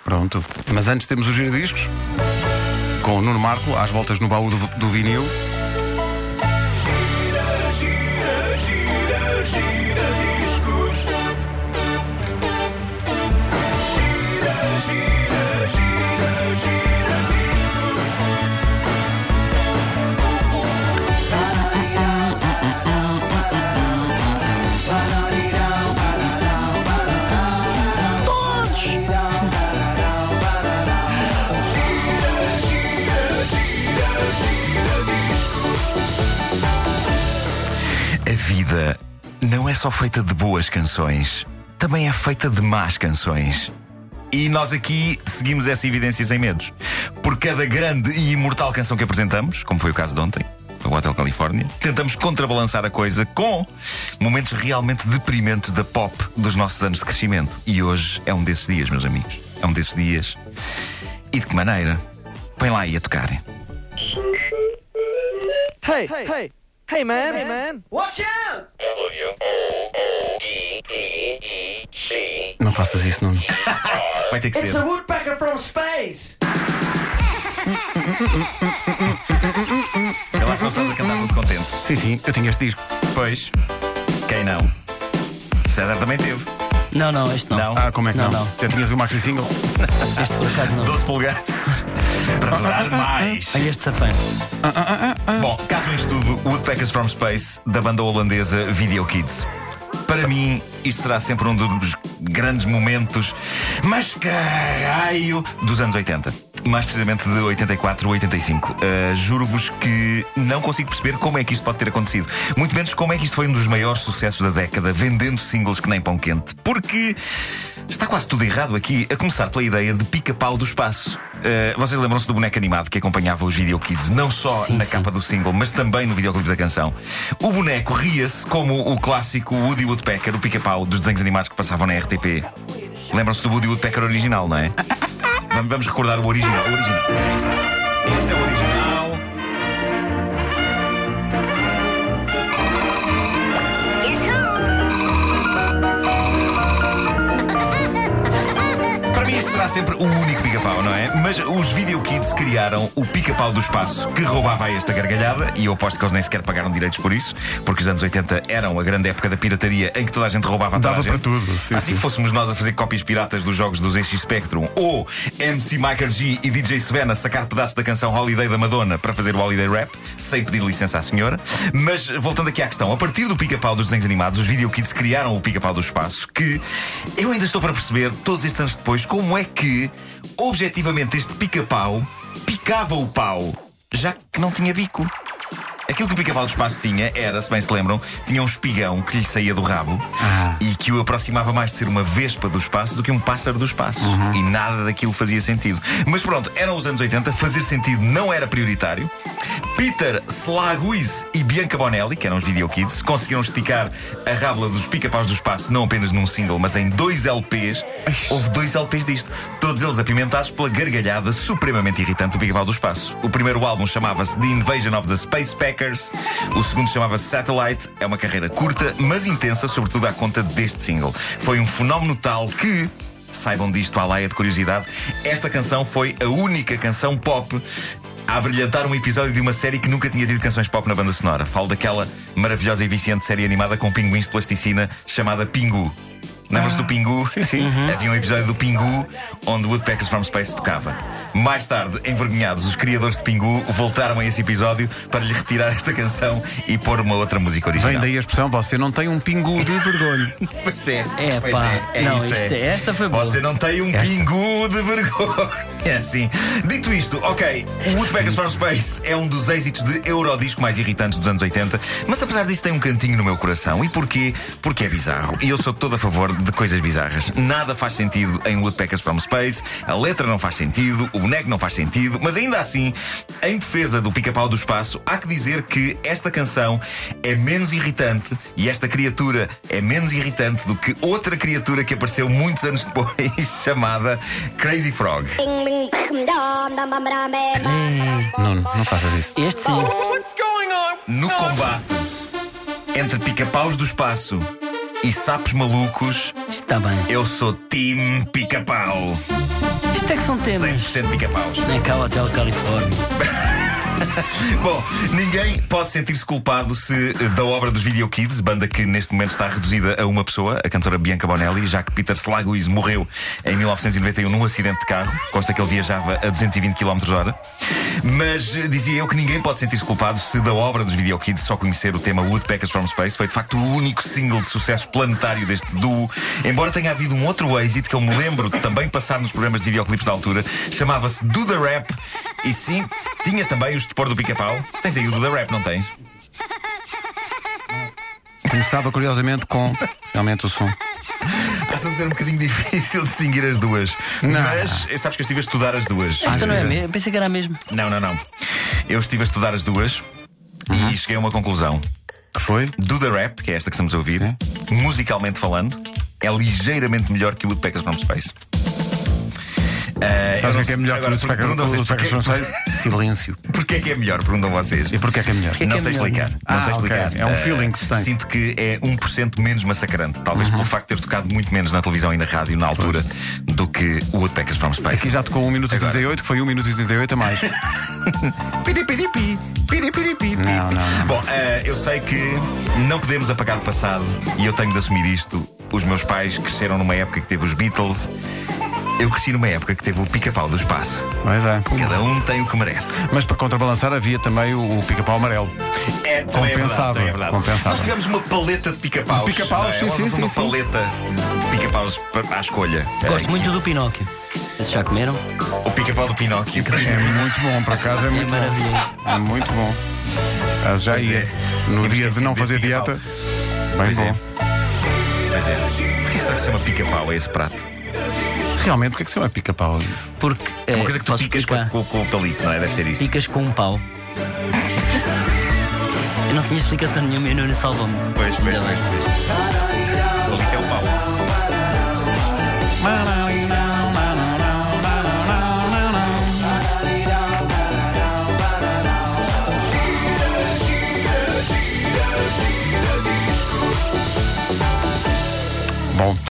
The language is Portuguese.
Pronto. Mas antes temos os giradiscos com o Nuno Marco, às voltas no baú do vinil. A vida não é só feita de boas canções, também é feita de más canções. E nós aqui seguimos essa evidência sem medos. Por cada grande e imortal canção que apresentamos, como foi o caso de ontem, o Hotel Califórnia, tentamos contrabalançar a coisa com momentos realmente deprimentes da pop dos nossos anos de crescimento. E hoje é um desses dias, meus amigos. É um desses dias. E de que maneira? Põe lá aí a tocarem. Hey man, watch out! Não faças isso, Nuno. Vai ter que It's ser. a woodpecker from space! Vê lá se não estás a cantar muito contente. Sim, eu tinha este disco. Pois, quem não? César também teve. Não, este não. Ah, como é que não? Não. Já tinhas o maxi single? Este por acaso não. 12 polegadas. Para durar mais. Ah, este safão. Bom, caso em estudo, Woodpeckers from Space, da banda holandesa Video Kids. Para mim, isto será sempre um dos grandes momentos, mas caralho, dos anos 80. Mais precisamente de 84 ou 85. Juro-vos que não consigo perceber como é que isto pode ter acontecido. Muito menos como é que isto foi um dos maiores sucessos da década, vendendo singles que nem pão quente. Porque está quase tudo errado aqui, a começar pela ideia de pica-pau do espaço. Vocês lembram-se do boneco animado que acompanhava os Video Kids, não só Sim, na sim. capa do single, mas também no videoclipe da canção. O boneco ria-se como o clássico Woody Woodpecker, o pica-pau dos desenhos animados que passavam na RTP. Lembram-se do Woody Woodpecker original, não é? Vamos recordar o original. O original. Aí está. Este é o original. Para mim este será sempre o único pica-pau, não é? Mas os Video Kids criaram o pica-pau do espaço que roubava a esta gargalhada, e eu aposto que eles nem sequer pagaram direitos por isso, porque os anos 80 eram a grande época da pirataria em que toda a gente roubava a toda a Dava gente. para tudo, sim, Assim sim. fôssemos nós a fazer cópias piratas dos jogos dos ZX Spectrum, ou MC Mike G e DJ Sven a sacar pedaços da canção Holiday da Madonna para fazer o Holiday Rap, sem pedir licença à senhora. Mas voltando aqui à questão, a partir do pica-pau dos desenhos animados, os Video Kids criaram o pica-pau do espaço, que eu ainda estou para perceber, todos estes anos depois, como é que objetivamente este pica-pau picava o pau, já que não tinha bico. Aquilo que o pica-pau do espaço tinha era, se bem se lembram, tinha um espigão que lhe saía do rabo e que o aproximava mais de ser uma vespa do espaço do que um pássaro do espaço. E nada daquilo fazia sentido. Mas pronto, eram os anos 80, fazer sentido não era prioritário. Peter Slaghuis e Bianca Bonelli, que eram os Video Kids, conseguiram esticar a rábula dos pica-paus do espaço não apenas num single, mas em 2 LPs. Houve 2 LPs disto, todos eles apimentados pela gargalhada supremamente irritante do pica-pau do espaço. O primeiro álbum chamava-se The Invasion of the Space Packers, o segundo chamava-se Satellite. É uma carreira curta, mas intensa, sobretudo à conta deste single. Foi um fenómeno tal que, saibam disto à laia de curiosidade, esta canção foi a única canção pop a brilhantar um episódio de uma série que nunca tinha tido canções pop na banda sonora. Falo daquela maravilhosa e viciante série animada com pinguins de plasticina chamada Pingu. Lembras-te do Pingu? Sim. Havia um episódio do Pingu onde Woodpeckers from Space tocava. Mais tarde, envergonhados, os criadores de Pingu voltaram a esse episódio para lhe retirar esta canção e pôr uma outra música original. Vem daí a expressão, você não tem um pingo de vergonha. Pois é, É, pois pá. é Não, isso. isto- esta foi boa. Você não tem um pingu de vergonha. É assim. Dito isto, ok, o Woodpeckers from Space é um dos êxitos de Eurodisco mais irritantes dos anos 80, mas apesar disso tem um cantinho no meu coração. E porquê? Porque é bizarro. E eu sou todo a favor de coisas bizarras. Nada faz sentido em Woodpeckers from Space, a letra não faz sentido, o boneco não faz sentido, mas ainda assim, em defesa do pica-pau do espaço, há que dizer que esta canção é menos irritante e esta criatura é menos irritante do que outra criatura que apareceu muitos anos depois, chamada Crazy Frog. Não faças isso. Este sim. No combate entre pica-paus do espaço e sapos malucos, Está bem. eu sou Team Pica-Pau. Isto é que são temas. 100% pica-paus. Nem cá o Hotel Califórnia. Bom, ninguém pode sentir-se culpado se da obra dos Video Kids, banda que neste momento está reduzida a uma pessoa, a cantora Bianca Bonelli, já que Peter Slaghuis morreu em 1991 num acidente de carro. Consta que ele viajava a 220 km/h. Mas dizia eu que ninguém pode sentir-se culpado se da obra dos Video Kids só conhecer o tema Woodpeckers from Space. Foi de facto o único single de sucesso planetário deste duo. Embora tenha havido um outro êxito que eu me lembro de também passar nos programas de videoclipes da altura, chamava-se Do The Rap. E sim, tinha também os de pôr do Pica-Pau. Tens aí o Do The Rap, não tens? Começava curiosamente com realmente o som. Está a ser um bocadinho difícil distinguir as duas. Não. Mas sabes que eu estive a estudar as duas. Esta não é a mesma? Pensei que era a mesma. Não. Eu estive a estudar as duas e cheguei a uma conclusão. Que foi? Do The Rap, que é esta que estamos a ouvir, musicalmente falando, é ligeiramente melhor que o Woodpeckers from Space. Sabes o que é melhor que o Woodpeckers from Space? Silêncio. Porquê é que é melhor? Perguntam vocês. E porquê é que é melhor? Não sei explicar. Não sei ok. explicar. É um feeling que se tem. Sinto que é 1% menos massacrante. Talvez pelo facto de ter tocado muito menos na televisão e na rádio na altura do que o Woodpeckers from Space. Aqui já tocou 1 minuto e 38, que foi 1 minuto e 38 a mais. Piripiripi, piripiripi. Não. Bom, eu sei que não podemos apagar o passado e eu tenho de assumir isto. Os meus pais cresceram numa época que teve os Beatles. Eu cresci numa época que teve o Pica-Pau do espaço. Pois é. Cada um tem o que merece. Mas para contrabalançar havia também o Pica-Pau amarelo. Compensava. É verdade. Nós tivemos uma paleta de pica-paus. Pica-paus, sim. Uma paleta de pica-paus à escolha. Gosto muito do Pinóquio. Vocês já comeram? O Pica-Pau do Pinóquio. É muito bom, por acaso é muito bom. maravilhoso. É muito bom. Já Pois ia. é. No Temos dia de não esquecido fazer desse dieta. Pica-Pau. Bem Pois bom. Pois é. Porquê será que se chama Pica-Pau a esse prato? Realmente, porque é que se chama Pica-Pau? Porque É uma coisa que tu posso picas explicar. com o palito, não é? Deve ser isso. Picas com um pau. Eu não tinha explicação nenhuma e o Nuno salvou-me. Pois. Ainda bem. O palito é o pau.